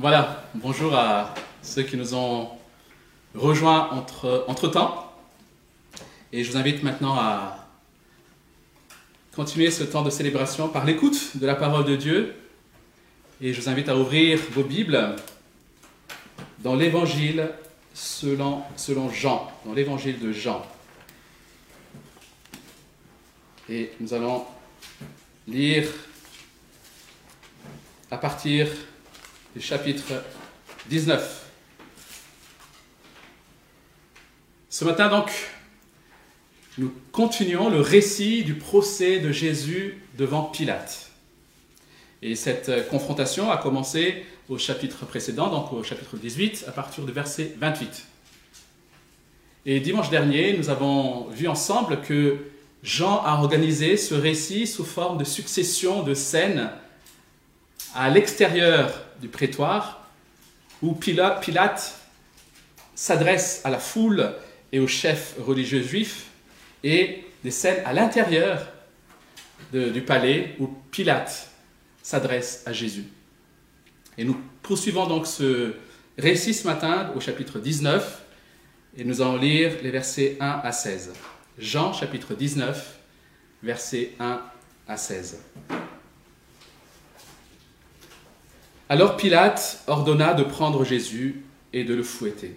Voilà, bonjour à ceux qui nous ont rejoints entre-temps. Et je vous invite maintenant à continuer ce temps de célébration par l'écoute de la parole de Dieu. Et je vous invite à ouvrir vos Bibles dans l'Évangile selon Jean, dans l'Évangile de Jean. Et nous allons lire à partir du chapitre 19. Ce matin donc, nous continuons le récit du procès de Jésus devant Pilate. Et cette confrontation a commencé au chapitre précédent, donc au chapitre 18, à partir du verset 28. Et dimanche dernier, nous avons vu ensemble que Jean a organisé ce récit sous forme de succession de scènes à l'extérieur du prétoire, où Pilate s'adresse à la foule et aux chefs religieux juifs, et des scènes à l'intérieur du palais, où Pilate s'adresse à Jésus. Et nous poursuivons donc ce récit ce matin au chapitre 19, et nous allons lire les versets 1 à 16. Jean chapitre 19, versets 1 à 16. Alors Pilate ordonna de prendre Jésus et de le fouetter.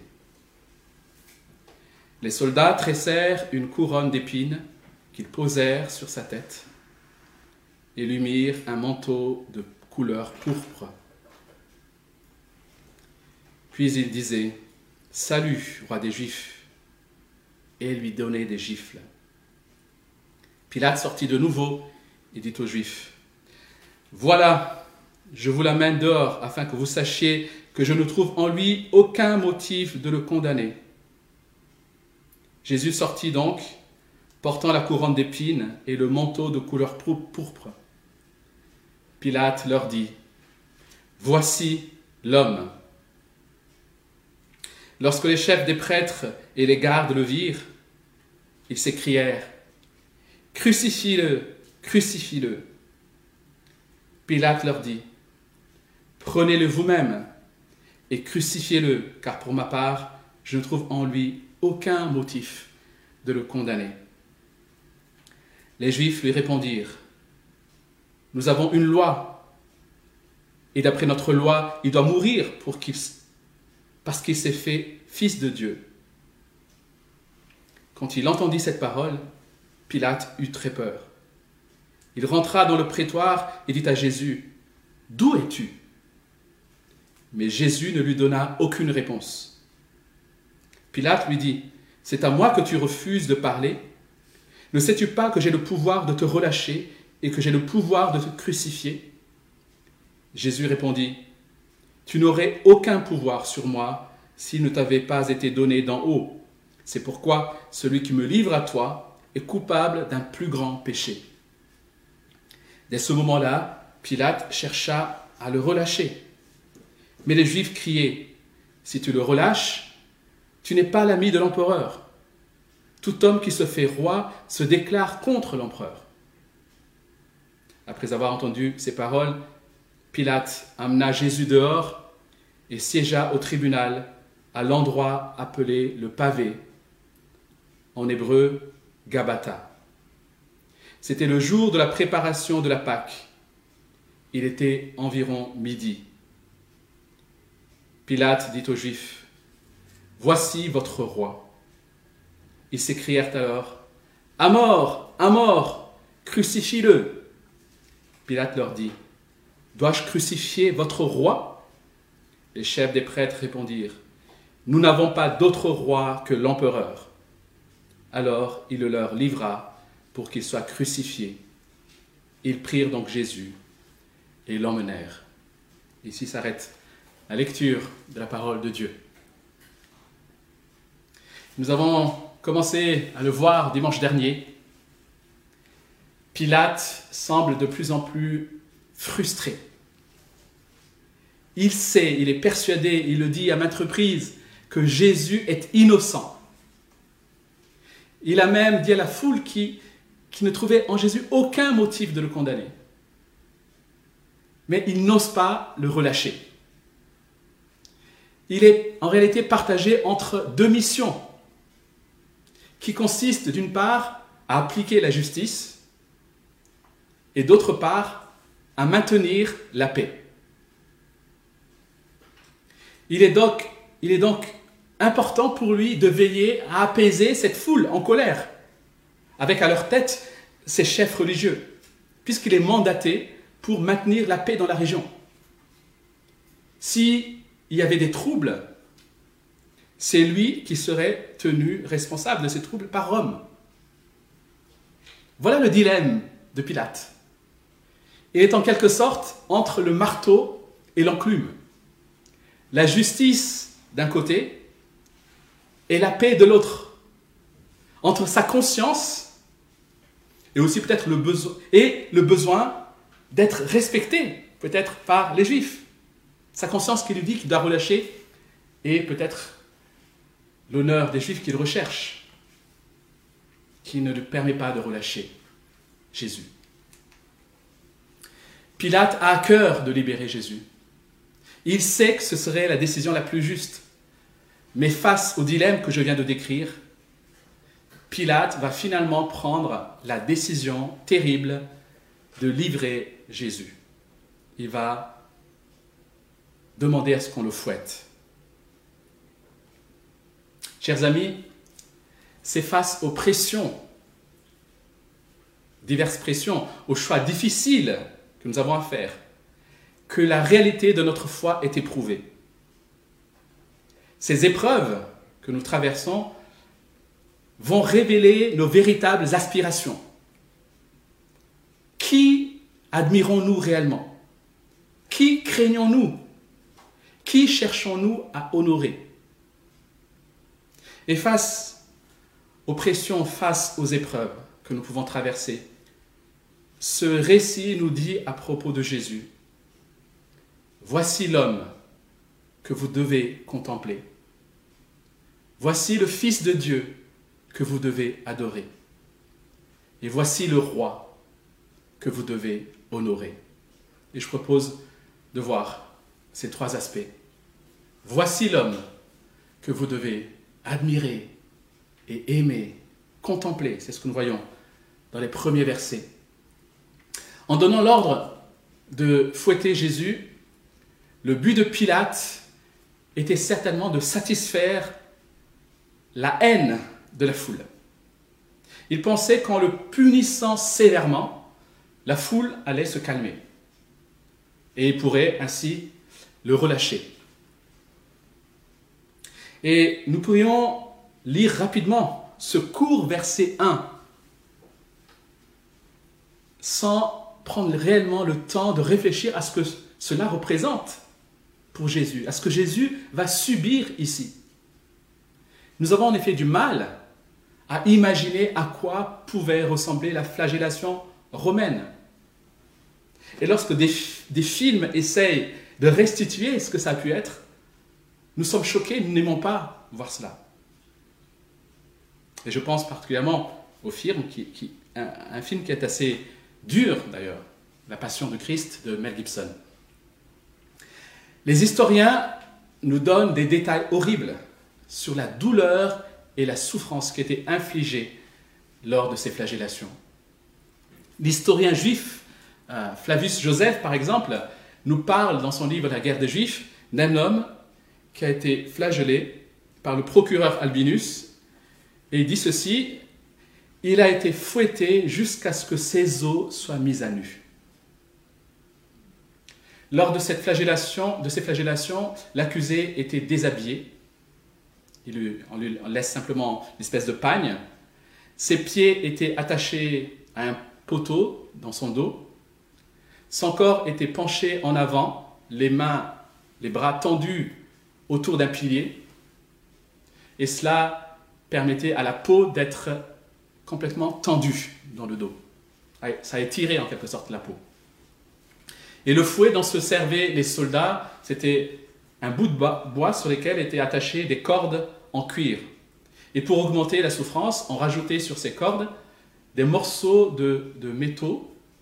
Les soldats tressèrent une couronne d'épines qu'ils posèrent sur sa tête et lui mirent un manteau de couleur pourpre. Puis ils disaient « Salut, roi des Juifs !» et lui donnaient des gifles. Pilate sortit de nouveau et dit aux Juifs « Voilà, je vous l'amène dehors afin que vous sachiez que je ne trouve en lui aucun motif de le condamner. » Jésus sortit donc, portant la couronne d'épines et le manteau de couleur pourpre. Pilate leur dit « Voici l'homme. » Lorsque les chefs des prêtres et les gardes le virent, ils s'écrièrent « Crucifie-le, crucifie-le » Pilate leur dit « Prenez-le vous-même et crucifiez-le, car pour ma part, je ne trouve en lui aucun motif de le condamner. » Les Juifs lui répondirent « Nous avons une loi, et d'après notre loi, il doit mourir parce qu'il s'est fait fils de Dieu. » Quand il entendit cette parole, Pilate eut très peur. Il rentra dans le prétoire et dit à Jésus « D'où es-tu » Mais Jésus ne lui donna aucune réponse. Pilate lui dit « C'est à moi que tu refuses de parler? Ne sais-tu pas que j'ai le pouvoir de te relâcher et que j'ai le pouvoir de te crucifier ?» Jésus répondit « Tu n'aurais aucun pouvoir sur moi s'il ne t'avait pas été donné d'en haut. C'est pourquoi celui qui me livre à toi est coupable d'un plus grand péché. » Dès ce moment-là, Pilate chercha à le relâcher. Mais les Juifs criaient « Si tu le relâches, tu n'es pas l'ami de l'empereur. Tout homme qui se fait roi se déclare contre l'empereur. » Après avoir entendu ces paroles, Pilate amena Jésus dehors et siégea au tribunal à l'endroit appelé le pavé, en hébreu Gabbatha. C'était le jour de la préparation de la Pâque. Il était environ midi. Pilate dit aux Juifs « Voici votre roi. » Ils s'écrièrent alors « À mort, à mort, crucifie-le !» Pilate leur dit « Dois-je crucifier votre roi ?» Les chefs des prêtres répondirent « Nous n'avons pas d'autre roi que l'empereur. » Alors il le leur livra pour qu'il soit crucifié. Ils prirent donc Jésus et l'emmenèrent. Ici s'arrête la lecture de la parole de Dieu. Nous avons commencé à le voir dimanche dernier. Pilate semble de plus en plus frustré. Il sait, il est persuadé, il le dit à maintes reprises, que Jésus est innocent. Il a même dit à la foule qui ne trouvait en Jésus aucun motif de le condamner. Mais il n'ose pas le relâcher. il est en réalité partagé entre deux missions qui consistent d'une part à appliquer la justice et d'autre part à maintenir la paix. Il est donc important pour lui de veiller à apaiser cette foule en colère, avec à leur tête ses chefs religieux, puisqu'il est mandaté pour maintenir la paix dans la région. S'il y avait des troubles, c'est lui qui serait tenu responsable de ces troubles par Rome. Voilà le dilemme de Pilate. Il est en quelque sorte entre le marteau et l'enclume. La justice d'un côté et la paix de l'autre. Entre sa conscience et aussi peut-être le besoin d'être respecté, peut-être par les Juifs. Sa conscience qui lui dit qu'il doit relâcher et peut-être l'honneur des Juifs qu'il recherche, qui ne lui permet pas de relâcher Jésus. Pilate a à cœur de libérer Jésus. Il sait que ce serait la décision la plus juste. Mais face au dilemme que je viens de décrire, Pilate va finalement prendre la décision terrible de livrer Jésus. Il va demander à ce qu'on le fouette. Chers amis, c'est face aux pressions, diverses pressions, aux choix difficiles que nous avons à faire, que la réalité de notre foi est éprouvée. Ces épreuves que nous traversons vont révéler nos véritables aspirations. Qui admirons-nous réellement? Qui craignons-nous? Qui cherchons-nous à honorer? Et face aux pressions, face aux épreuves que nous pouvons traverser, ce récit nous dit à propos de Jésus: voici l'homme que vous devez contempler. Voici le Fils de Dieu que vous devez adorer. Et voici le roi que vous devez honorer. Et je propose de voir ces trois aspects. Voici l'homme que vous devez admirer et aimer, contempler. C'est ce que nous voyons dans les premiers versets. En donnant l'ordre de fouetter Jésus, le but de Pilate était certainement de satisfaire la haine de la foule. Il pensait qu'en le punissant sévèrement, la foule allait se calmer et il pourrait ainsi le relâcher. Et nous pourrions lire rapidement ce court verset 1 sans prendre réellement le temps de réfléchir à ce que cela représente pour Jésus, à ce que Jésus va subir ici. Nous avons en effet du mal à imaginer à quoi pouvait ressembler la flagellation romaine. Et lorsque des films essayent de restituer ce que ça a pu être, nous sommes choqués, nous n'aimons pas voir cela. Et je pense particulièrement au film, un film qui est assez dur d'ailleurs, La Passion de Christ de Mel Gibson. Les historiens nous donnent des détails horribles sur la douleur et la souffrance qui étaient infligées lors de ces flagellations. L'historien juif Flavius Joseph, par exemple, nous parle dans son livre La guerre des Juifs d'un homme qui a été flagellé par le procureur Albinus, et il dit ceci: il a été fouetté jusqu'à ce que ses os soient mis à nu. Lors de ces flagellations, l'accusé était déshabillé. On lui laisse simplement une espèce de pagne. Ses pieds étaient attachés à un poteau dans son dos. Son corps était penché en avant, les mains, les bras tendus autour d'un pilier. Et cela permettait à la peau d'être complètement tendue dans le dos. Ça étirait en quelque sorte la peau. Et le fouet dont se servaient les soldats, c'était un bout de bois sur lequel étaient attachées des cordes en cuir. Et pour augmenter la souffrance, on rajoutait sur ces cordes des morceaux de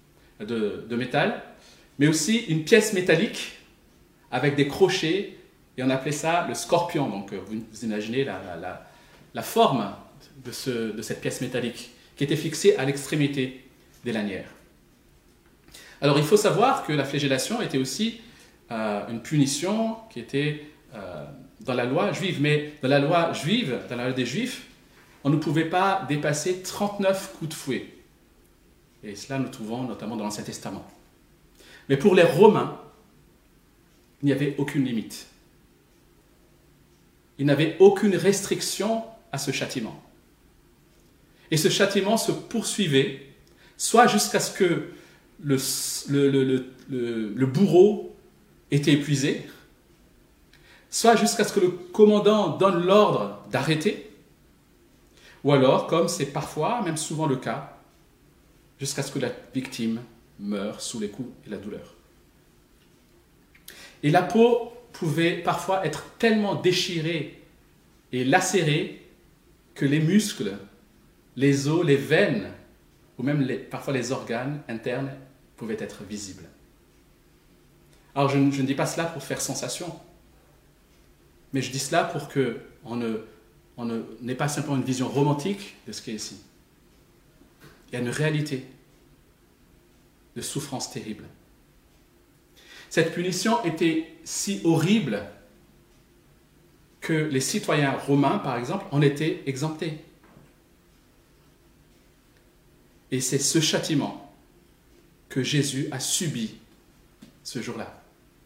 métal, mais aussi une pièce métallique avec des crochets et on appelait ça le scorpion. Donc vous imaginez la forme de cette pièce métallique qui était fixée à l'extrémité des lanières. Alors il faut savoir que la flagellation était aussi une punition qui était dans la loi juive, mais dans la loi juive, dans la loi des Juifs, on ne pouvait pas dépasser 39 coups de fouet. Et cela nous trouvons notamment dans l'Ancien Testament. Mais pour les Romains, il n'y avait aucune limite. Il n'avait aucune restriction à ce châtiment. Et ce châtiment se poursuivait, soit jusqu'à ce que le bourreau était épuisé, soit jusqu'à ce que le commandant donne l'ordre d'arrêter, ou alors, comme c'est parfois, même souvent le cas, jusqu'à ce que la victime meure sous les coups et la douleur. Et la peau pouvait parfois être tellement déchirée et lacérée que les muscles, les os, les veines, ou même parfois les organes internes pouvaient être visibles. Alors je ne dis pas cela pour faire sensation, mais je dis cela pour qu'on n'ait pas simplement une vision romantique de ce qui est ici. Il y a une réalité de souffrance terrible. Cette punition était si horrible que les citoyens romains, par exemple, en étaient exemptés. Et c'est ce châtiment que Jésus a subi ce jour-là.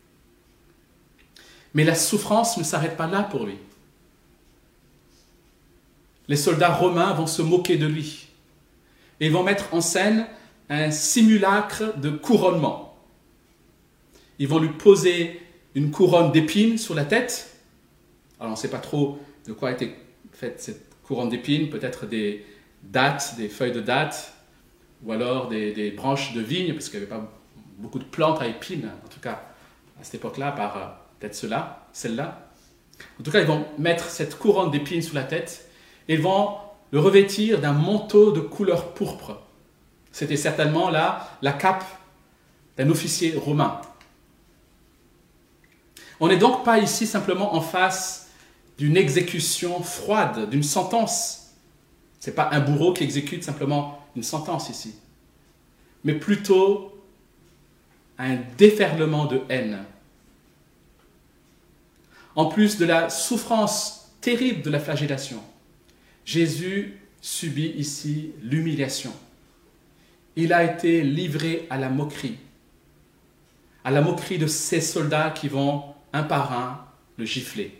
Mais la souffrance ne s'arrête pas là pour lui. Les soldats romains vont se moquer de lui et vont mettre en scène un simulacre de couronnement. Ils vont lui poser une couronne d'épines sur la tête. Alors on ne sait pas trop de quoi était faite cette couronne d'épines, peut-être des dattes, des feuilles de dattes, ou alors des branches de vigne, parce qu'il n'y avait pas beaucoup de plantes à épines, en tout cas à cette époque-là, par peut-être celle-là. En tout cas, ils vont mettre cette couronne d'épines sur la tête et ils vont le revêtir d'un manteau de couleur pourpre. C'était certainement là la cape d'un officier romain. On n'est donc pas ici simplement en face d'une exécution froide, d'une sentence. Ce n'est pas un bourreau qui exécute simplement une sentence ici, mais plutôt un déferlement de haine. En plus de la souffrance terrible de la flagellation, Jésus subit ici l'humiliation. Il a été livré à la moquerie de ces soldats qui vont, un par un, le gifler.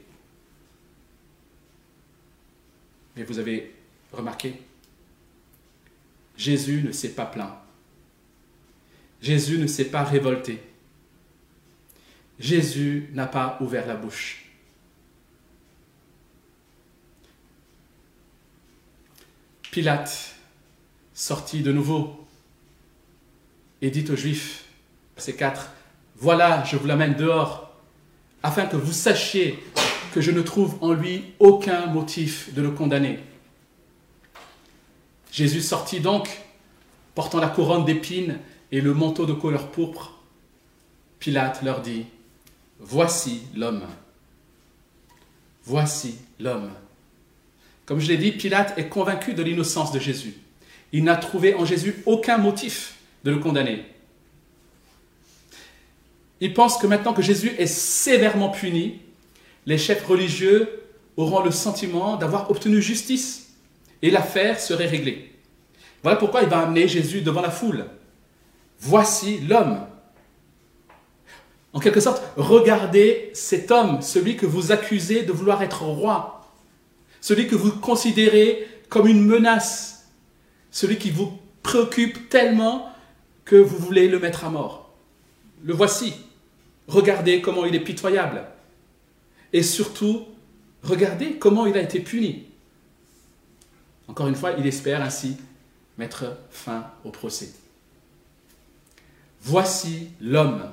Mais vous avez remarqué, Jésus ne s'est pas plaint. Jésus ne s'est pas révolté. Jésus n'a pas ouvert la bouche. Pilate sortit de nouveau et dit aux Juifs, verset 4, « Voilà, je vous l'amène dehors, afin que vous sachiez que je ne trouve en lui aucun motif de le condamner. » Jésus sortit donc, portant la couronne d'épines et le manteau de couleur pourpre. Pilate leur dit, « Voici l'homme. Voici l'homme. » Comme je l'ai dit, Pilate est convaincu de l'innocence de Jésus. Il n'a trouvé en Jésus aucun motif de le condamner. Il pense que maintenant que Jésus est sévèrement puni, les chefs religieux auront le sentiment d'avoir obtenu justice et l'affaire serait réglée. Voilà pourquoi il va amener Jésus devant la foule. Voici l'homme. En quelque sorte, regardez cet homme, celui que vous accusez de vouloir être roi, celui que vous considérez comme une menace, celui qui vous préoccupe tellement que vous voulez le mettre à mort. Le voici. Regardez comment il est pitoyable. Et surtout, regardez comment il a été puni. Encore une fois, il espère ainsi mettre fin au procès. Voici l'homme.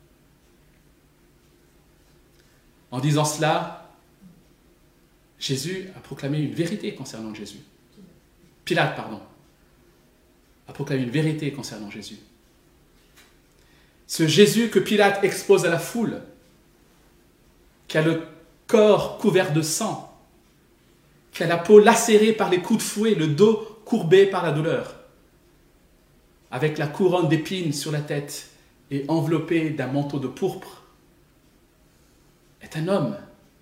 En disant cela, Jésus a proclamé une vérité concernant Jésus. Pilate, a proclamé une vérité concernant Jésus. Ce Jésus que Pilate expose à la foule, qui a le corps couvert de sang, qui a la peau lacérée par les coups de fouet, le dos courbé par la douleur, avec la couronne d'épines sur la tête et enveloppé d'un manteau de pourpre, est un homme.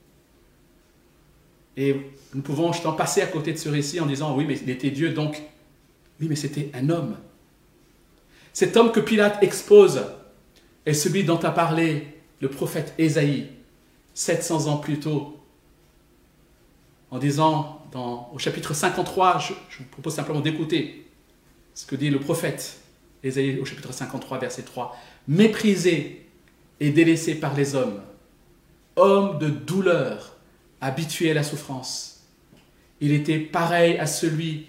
Et nous pouvons, je t'en passer à côté de ce récit en disant, oui, mais il était Dieu, donc, oui, mais c'était un homme. Cet homme que Pilate expose est celui dont a parlé le prophète Ésaïe, 700 ans plus tôt, en disant, au chapitre 53, je vous propose simplement d'écouter ce que dit le prophète Ésaïe au chapitre 53, verset 3. « Méprisé et délaissé par les hommes, homme de douleur, habitué à la souffrance. Il était pareil à celui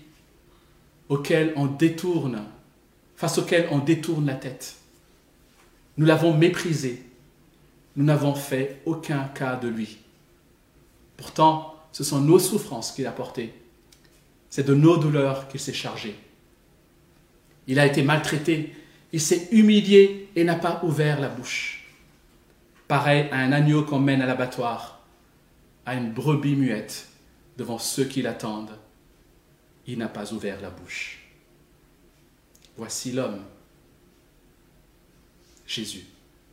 face auquel on détourne la tête. Nous l'avons méprisé. Nous n'avons fait aucun cas de lui. Pourtant, ce sont nos souffrances qu'il a portées. C'est de nos douleurs qu'il s'est chargé. Il a été maltraité. Il s'est humilié et n'a pas ouvert la bouche. Pareil à un agneau qu'on mène à l'abattoir, à une brebis muette devant ceux qui l'attendent. Il n'a pas ouvert la bouche. Voici l'homme, Jésus.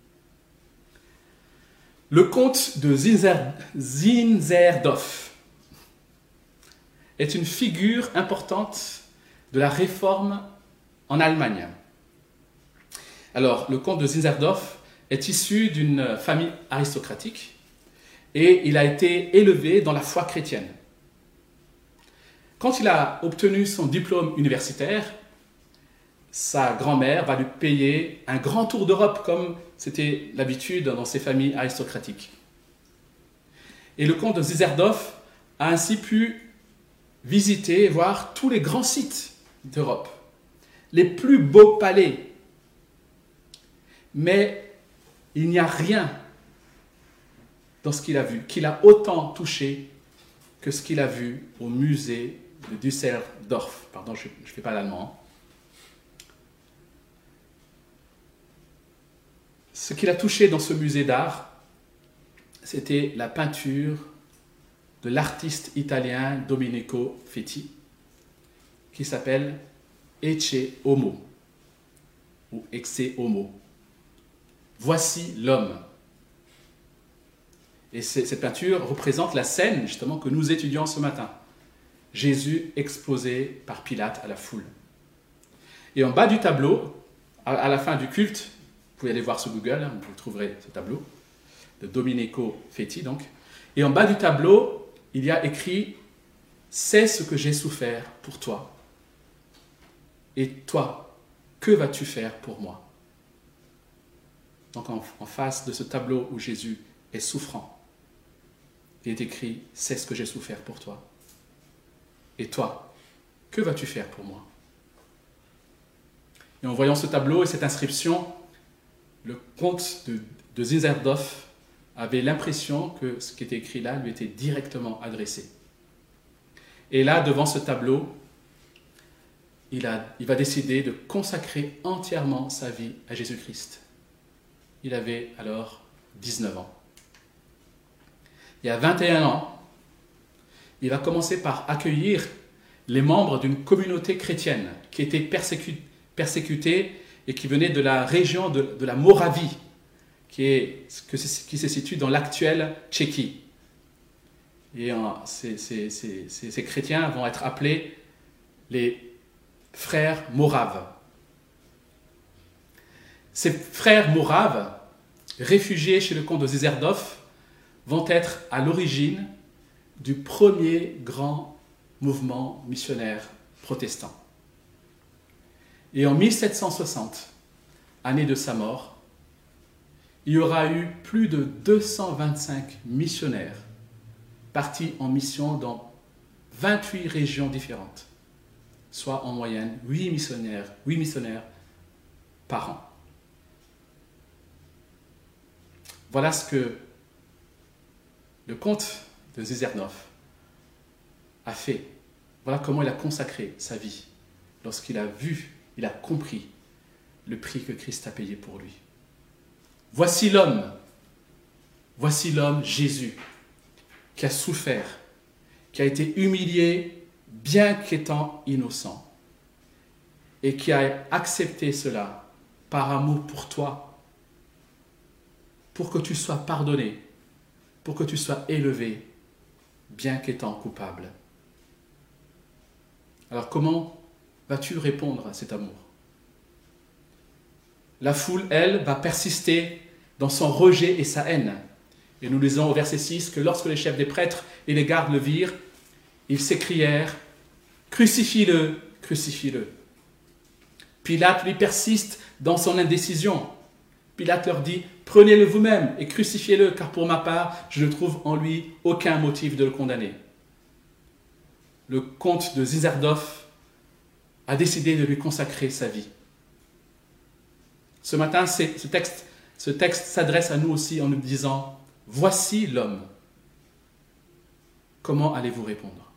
Le comte de Zinzerdorf est une figure importante de la réforme en Allemagne. Alors, le comte de Zinzerdorf est issu d'une famille aristocratique et il a été élevé dans la foi chrétienne. Quand il a obtenu son diplôme universitaire, sa grand-mère va lui payer un grand tour d'Europe, comme c'était l'habitude dans ces familles aristocratiques. Et le comte de Zinzerdorf a ainsi pu visiter et voir tous les grands sites d'Europe, les plus beaux palais. Mais il n'y a rien dans ce qu'il a vu qui l'a autant touché que ce qu'il a vu au musée de Düsseldorf. Pardon, je ne fais pas l'allemand. Ce qu'il a touché dans ce musée d'art, c'était la peinture de l'artiste italien Domenico Fetti, qui s'appelle Ecce Homo, ou Exe Homo. Voici l'homme. Et cette peinture représente la scène, justement, que nous étudions ce matin. Jésus exposé par Pilate à la foule. Et en bas du tableau, à la fin du culte, vous pouvez aller voir sur Google, vous trouverez ce tableau, de Domenico Fetti, donc. Et en bas du tableau, il y a écrit « C'est ce que j'ai souffert pour toi. Et toi, que vas-tu faire pour moi ?» Donc en face de ce tableau où Jésus est souffrant, il est écrit « C'est ce que j'ai souffert pour toi. Et toi, que vas-tu faire pour moi ?» Et en voyant ce tableau et cette inscription, le comte de Zinzerdorf avait l'impression que ce qui était écrit là lui était directement adressé. Et là, devant ce tableau, il va décider de consacrer entièrement sa vie à Jésus-Christ. Il avait alors 19 ans. Et à 21 ans, il va commencer par accueillir les membres d'une communauté chrétienne qui était persécutée et qui venait de la région de la Moravie, qui se situe dans l'actuelle Tchéquie. Et ces chrétiens vont être appelés les frères moraves. Ces frères moraves, réfugiés chez le comte de Zinzerdorf, vont être à l'origine du premier grand mouvement missionnaire protestant. Et en 1760, année de sa mort, il y aura eu plus de 225 missionnaires partis en mission dans 28 régions différentes, soit en moyenne 8 missionnaires par an. Voilà ce que le comte de Zinzerdorf a fait. Voilà comment il a consacré sa vie lorsqu'il a vu, il a compris le prix que Christ a payé pour lui. Voici l'homme. voici l'homme Jésus, qui a souffert, qui a été humilié, bien qu'étant innocent, et qui a accepté cela par amour pour toi, pour que tu sois pardonné, pour que tu sois élevé, bien qu'étant coupable. Alors comment vas-tu répondre à cet amour? La foule, elle, va persister dans son rejet et sa haine. Et nous lisons au verset 6 que lorsque les chefs des prêtres et les gardes le virent, ils s'écrièrent « Crucifie-le, crucifie-le ». Pilate lui persiste dans son indécision. Pilate leur dit « Prenez-le vous-même et crucifiez-le, car pour ma part, je ne trouve en lui aucun motif de le condamner. » Le comte de Zizerdorf a décidé de lui consacrer sa vie. Ce matin, ce texte s'adresse à nous aussi en nous disant « Voici l'homme ». Comment allez-vous répondre?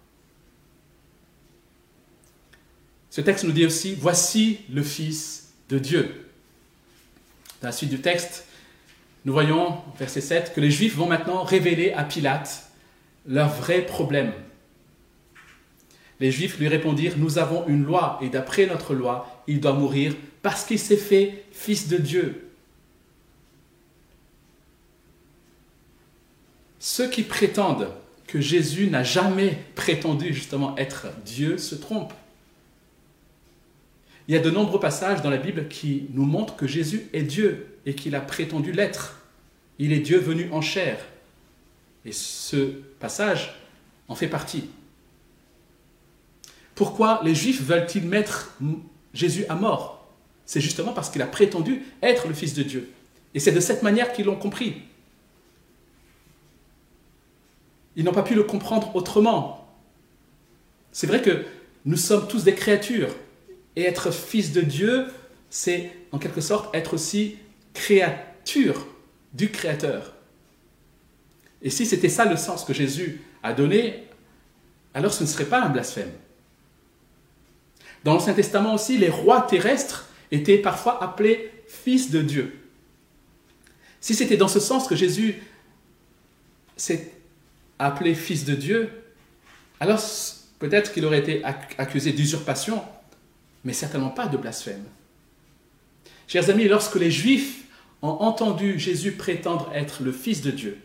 Ce texte nous dit aussi « Voici le Fils de Dieu ». Dans la suite du texte, nous voyons, verset 7, que les Juifs vont maintenant révéler à Pilate leur vrai problème. Les Juifs lui répondirent « Nous avons une loi, et d'après notre loi, il doit mourir parce qu'il s'est fait Fils de Dieu. » Ceux qui prétendent que Jésus n'a jamais prétendu justement être Dieu se trompent. Il y a de nombreux passages dans la Bible qui nous montrent que Jésus est Dieu et qu'il a prétendu l'être. Il est Dieu venu en chair. Et ce passage en fait partie. Pourquoi les Juifs veulent-ils mettre Jésus à mort? C'est justement parce qu'il a prétendu être le Fils de Dieu. Et c'est de cette manière qu'ils l'ont compris. Ils n'ont pas pu le comprendre autrement. C'est vrai que nous sommes tous des créatures. Et être fils de Dieu, c'est en quelque sorte être aussi créature du Créateur. Et si c'était ça le sens que Jésus a donné, alors ce ne serait pas un blasphème. Dans l'Ancien Testament aussi, les rois terrestres étaient parfois appelés fils de Dieu. Si c'était dans ce sens que Jésus s'est appelé fils de Dieu, alors peut-être qu'il aurait été accusé d'usurpation, mais certainement pas de blasphème. Chers amis, lorsque les Juifs ont entendu Jésus prétendre être le Fils de Dieu,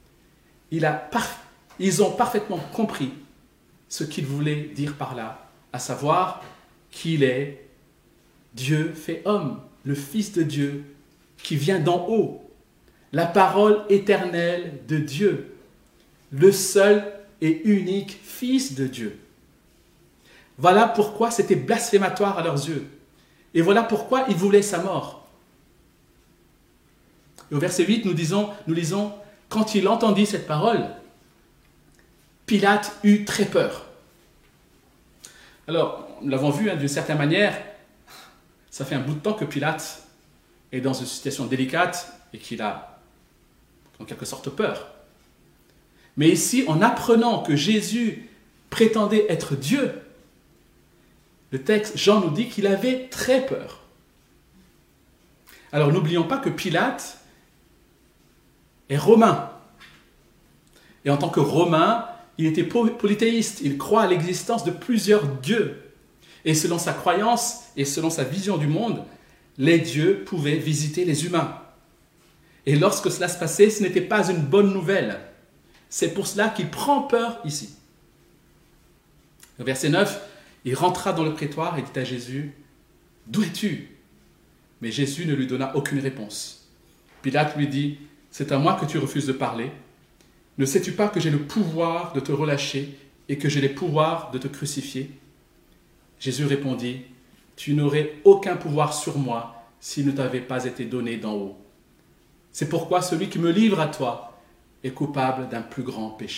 ils ont parfaitement compris ce qu'il voulait dire par là, à savoir qu'il est Dieu fait homme, le Fils de Dieu qui vient d'en haut, la parole éternelle de Dieu, le seul et unique Fils de Dieu. Voilà pourquoi c'était blasphématoire à leurs yeux. Et voilà pourquoi ils voulaient sa mort. Et au verset 8, nous lisons, quand il entendit cette parole, Pilate eut très peur. Alors, nous l'avons vu d'une certaine manière, ça fait un bout de temps que Pilate est dans une situation délicate et qu'il a en quelque sorte peur. Mais ici, en apprenant que Jésus prétendait être Dieu, le texte, Jean nous dit qu'il avait très peur. Alors n'oublions pas que Pilate est romain. Et en tant que romain, il était polythéiste. Il croit à l'existence de plusieurs dieux. Et selon sa croyance et selon sa vision du monde, les dieux pouvaient visiter les humains. Et lorsque cela se passait, ce n'était pas une bonne nouvelle. C'est pour cela qu'il prend peur ici. Au verset 9, il rentra dans le prétoire et dit à Jésus, « D'où es-tu » Mais Jésus ne lui donna aucune réponse. Pilate lui dit, « C'est à moi que tu refuses de parler. Ne sais-tu pas que j'ai le pouvoir de te relâcher et que j'ai le pouvoir de te crucifier ?» Jésus répondit, « Tu n'aurais aucun pouvoir sur moi s'il ne t'avait pas été donné d'en haut. C'est pourquoi celui qui me livre à toi est coupable d'un plus grand péché. »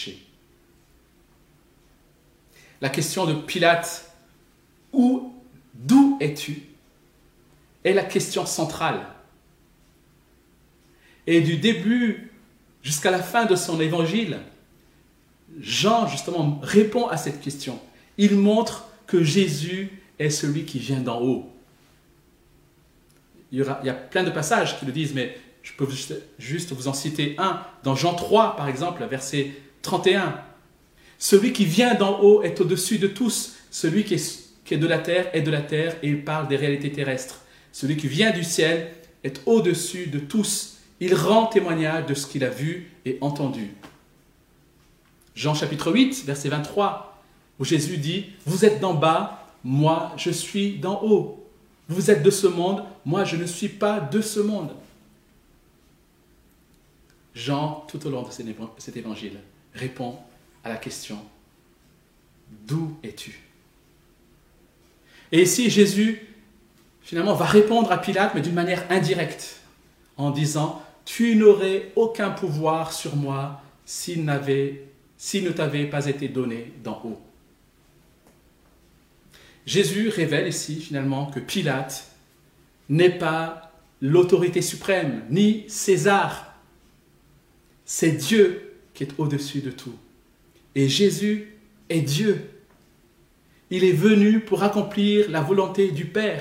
La question de Pilate, d'où es-tu, est la question centrale. Et du début jusqu'à la fin de son évangile, Jean justement répond à cette question. Il montre que Jésus est celui qui vient d'en haut. Il y a plein de passages qui le disent, mais Je peux juste vous en citer un. Dans Jean 3, par exemple, verset 31. Celui qui vient d'en haut est au-dessus de tous. Celui qui est de la terre est de la terre, et il parle des réalités terrestres. Celui qui vient du ciel est au-dessus de tous. Il rend témoignage de ce qu'il a vu et entendu. Jean chapitre 8, verset 23, où Jésus dit « Vous êtes d'en bas, moi je suis d'en haut. Vous êtes de ce monde, moi je ne suis pas de ce monde. » Jean, tout au long de cet évangile, répond à la question « D'où es-tu » Et ici, Jésus, finalement, va répondre à Pilate, mais d'une manière indirecte, en disant « Tu n'aurais aucun pouvoir sur moi s'il ne t'avait pas été donné d'en haut. » Jésus révèle ici, finalement, que Pilate n'est pas l'autorité suprême, ni César. C'est Dieu qui est au-dessus de tout. Et Jésus est Dieu. Il est venu pour accomplir la volonté du Père.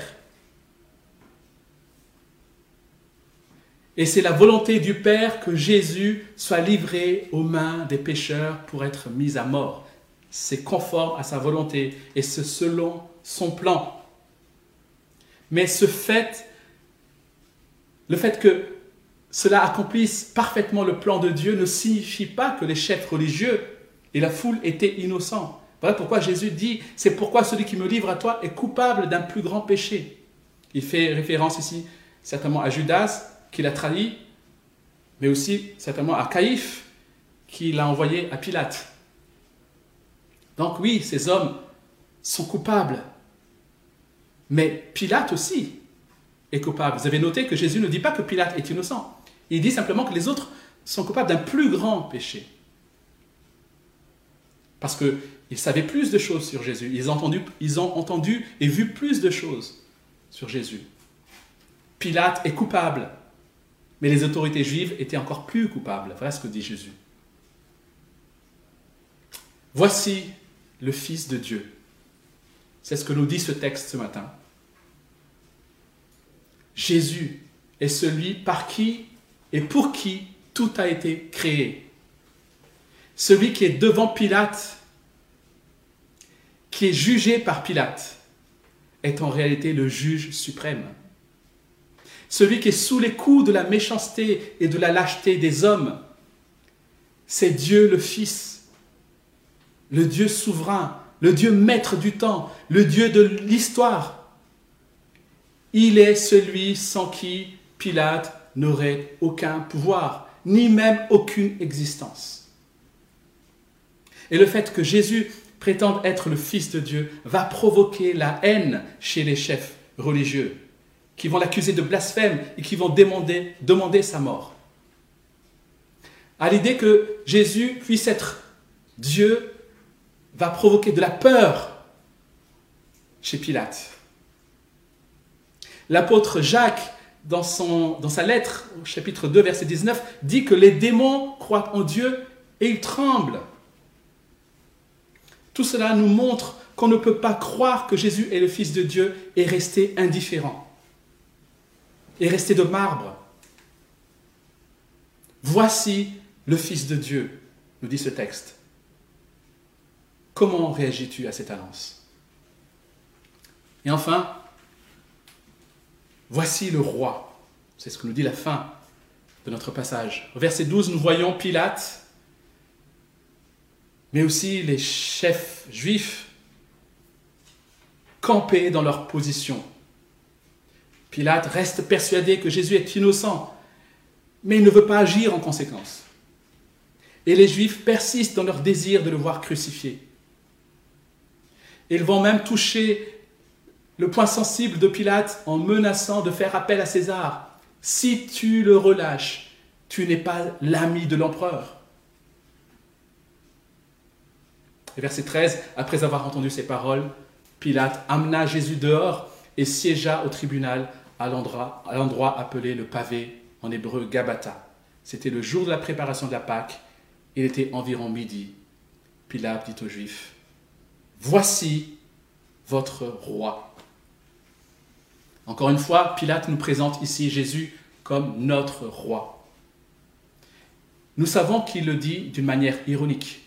Et c'est la volonté du Père que Jésus soit livré aux mains des pécheurs pour être mis à mort. C'est conforme à sa volonté et c'est selon son plan. Mais le fait que cela accomplisse parfaitement le plan de Dieu ne signifie pas que les chefs religieux et la foule étaient innocents. Voilà pourquoi Jésus dit « C'est pourquoi celui qui me livre à toi est coupable d'un plus grand péché. » Il fait référence ici certainement à Judas qui l'a trahi, mais aussi certainement à Caïphe qui l'a envoyé à Pilate. Donc oui, ces hommes sont coupables, mais Pilate aussi est coupable. Vous avez noté que Jésus ne dit pas que Pilate est innocent. Il dit simplement que les autres sont coupables d'un plus grand péché. Parce qu'ils savaient plus de choses sur Jésus. Ils ont entendu et vu plus de choses sur Jésus. Pilate est coupable, mais les autorités juives étaient encore plus coupables. Voilà ce que dit Jésus. Voici le Fils de Dieu. C'est ce que nous dit ce texte ce matin. Jésus est celui par qui et pour qui tout a été créé. Celui qui est devant Pilate, qui est jugé par Pilate, est en réalité le juge suprême. Celui qui est sous les coups de la méchanceté et de la lâcheté des hommes, c'est Dieu le Fils, le Dieu souverain, le Dieu maître du temps, le Dieu de l'histoire. Il est celui sans qui Pilate n'aurait aucun pouvoir, ni même aucune existence. Et le fait que Jésus prétende être le Fils de Dieu va provoquer la haine chez les chefs religieux, qui vont l'accuser de blasphème et qui vont demander sa mort. À l'idée que Jésus puisse être Dieu va provoquer de la peur chez Pilate. L'apôtre Jacques, dans sa lettre, au chapitre 2, verset 19, dit que les démons croient en Dieu et ils tremblent. Tout cela nous montre qu'on ne peut pas croire que Jésus est le Fils de Dieu et rester indifférent, et rester de marbre. Voici le Fils de Dieu, nous dit ce texte. Comment réagis-tu à cette annonce? Et enfin, voici le roi. C'est ce que nous dit la fin de notre passage. Au verset 12, nous voyons Pilate, mais aussi les chefs juifs campés dans leur position. Pilate reste persuadé que Jésus est innocent, mais il ne veut pas agir en conséquence. Et les Juifs persistent dans leur désir de le voir crucifié. Ils vont même toucher le point sensible de Pilate en menaçant de faire appel à César. Si tu le relâches, tu n'es pas l'ami de l'empereur. Et verset 13, après avoir entendu ces paroles, Pilate amena Jésus dehors et siégea au tribunal à l'endroit appelé le pavé, en hébreu Gabata. C'était le jour de la préparation de la Pâque. Il était environ midi. Pilate dit aux Juifs, « Voici votre roi. » Encore une fois, Pilate nous présente ici Jésus comme notre roi. Nous savons qu'il le dit d'une manière ironique.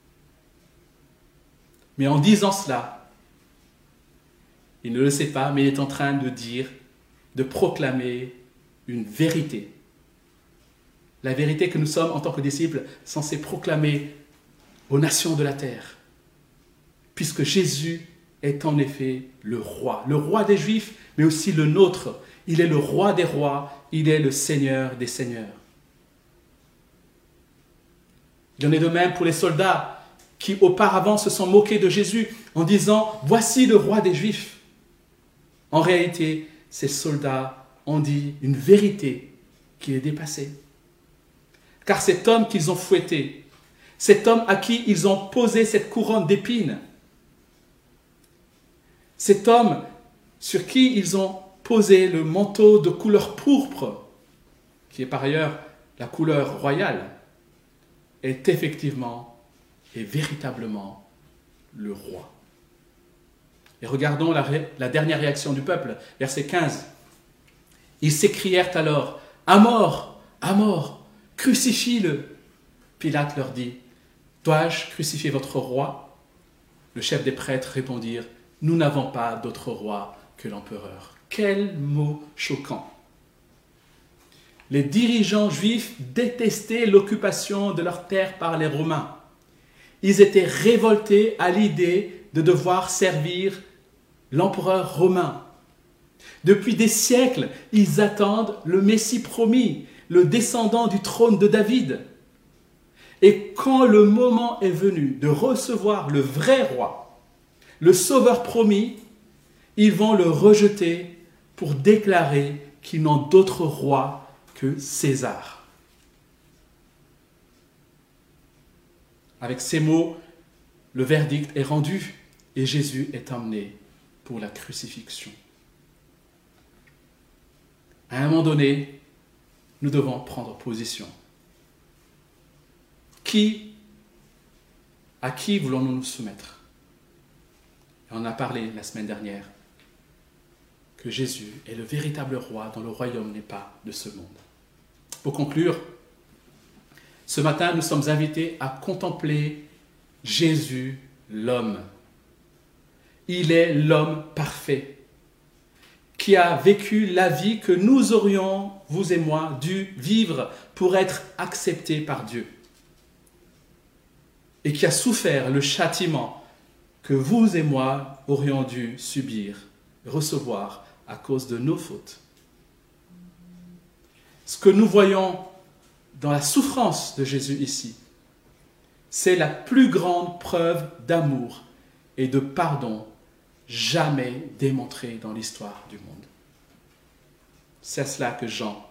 Mais en disant cela, il ne le sait pas, mais il est en train de dire, de proclamer une vérité. La vérité que nous sommes, en tant que disciples, censés proclamer aux nations de la terre. Puisque Jésus est en effet le roi des Juifs, mais aussi le nôtre. Il est le roi des rois, il est le Seigneur des seigneurs. Il en est de même pour les soldats qui auparavant se sont moqués de Jésus en disant « Voici le roi des Juifs ». En réalité, ces soldats ont dit une vérité qui est dépassée. Car cet homme qu'ils ont fouetté, cet homme à qui ils ont posé cette couronne d'épines, cet homme sur qui ils ont posé le manteau de couleur pourpre, qui est par ailleurs la couleur royale, est effectivement et véritablement le roi. Et regardons la dernière réaction du peuple, verset 15. Ils s'écrièrent alors, « À mort, à mort, crucifie-le » Pilate leur dit, « Dois-je crucifier votre roi ?» Le chef des prêtres répondirent, « Nous n'avons pas d'autre roi que l'empereur. » Quel mot choquant! Les dirigeants juifs détestaient l'occupation de leur terre par les Romains. Ils étaient révoltés à l'idée de devoir servir l'empereur romain. Depuis des siècles, ils attendent le Messie promis, le descendant du trône de David. Et quand le moment est venu de recevoir le vrai roi, le sauveur promis, ils vont le rejeter pour déclarer qu'ils n'ont d'autre roi que César. Avec ces mots, le verdict est rendu et Jésus est emmené pour la crucifixion. À un moment donné, nous devons prendre position. À qui voulons-nous nous soumettre? Et on a parlé la semaine dernière que Jésus est le véritable roi dont le royaume n'est pas de ce monde. Pour conclure, ce matin, nous sommes invités à contempler Jésus, l'homme. Il est l'homme parfait qui a vécu la vie que nous aurions, vous et moi, dû vivre pour être acceptés par Dieu. Et qui a souffert le châtiment que vous et moi aurions dû subir, recevoir à cause de nos fautes. Ce que nous voyons dans la souffrance de Jésus ici, c'est la plus grande preuve d'amour et de pardon jamais démontrée dans l'histoire du monde. C'est à cela que Jean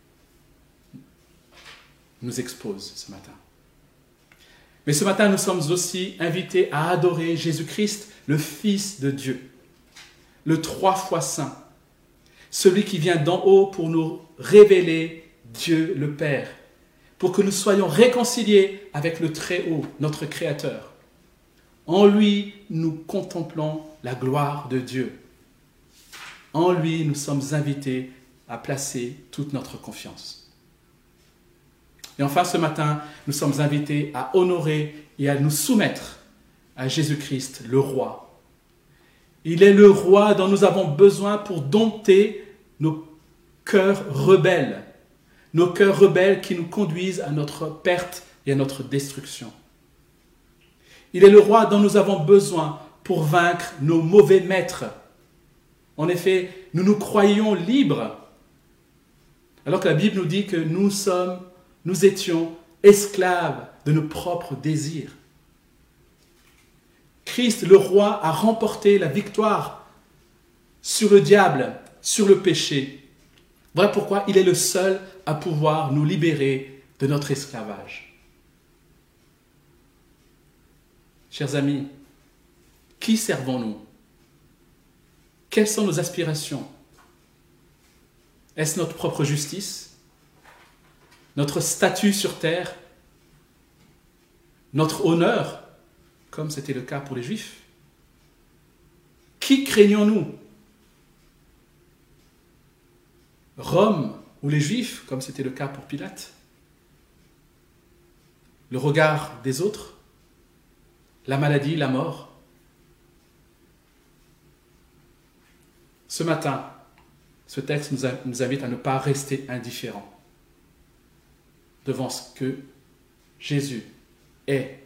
nous expose ce matin. Mais ce matin, nous sommes aussi invités à adorer Jésus-Christ, le Fils de Dieu, le 3 fois saint, celui qui vient d'en haut pour nous révéler Dieu le Père, pour que nous soyons réconciliés avec le Très-Haut, notre Créateur. En lui, nous contemplons la gloire de Dieu. En lui, nous sommes invités à placer toute notre confiance. Et enfin, ce matin, nous sommes invités à honorer et à nous soumettre à Jésus-Christ, le Roi. Il est le Roi dont nous avons besoin pour dompter nos cœurs rebelles qui nous conduisent à notre perte et à notre destruction. Il est le Roi dont nous avons besoin pour vaincre nos mauvais maîtres. En effet, nous nous croyons libres, alors que la Bible nous dit que nous étions esclaves de nos propres désirs. Christ, le Roi, a remporté la victoire sur le diable, sur le péché. Voilà pourquoi il est le seul à pouvoir nous libérer de notre esclavage. Chers amis, qui servons-nous? Quelles sont nos aspirations? Est-ce notre propre justice? Notre statut sur terre? Notre honneur, comme c'était le cas pour les Juifs? Qui craignons-nous? Rome ou les Juifs, comme c'était le cas pour Pilate, le regard des autres, la maladie, la mort. Ce matin, ce texte nous invite à ne pas rester indifférents devant ce que Jésus est,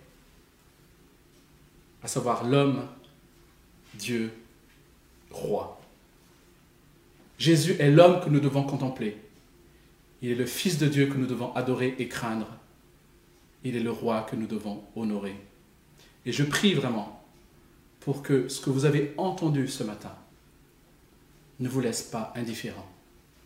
à savoir l'homme, Dieu, roi. Jésus est l'homme que nous devons contempler. Il est le Fils de Dieu que nous devons adorer et craindre. Il est le roi que nous devons honorer. Et je prie vraiment pour que ce que vous avez entendu ce matin ne vous laisse pas indifférent.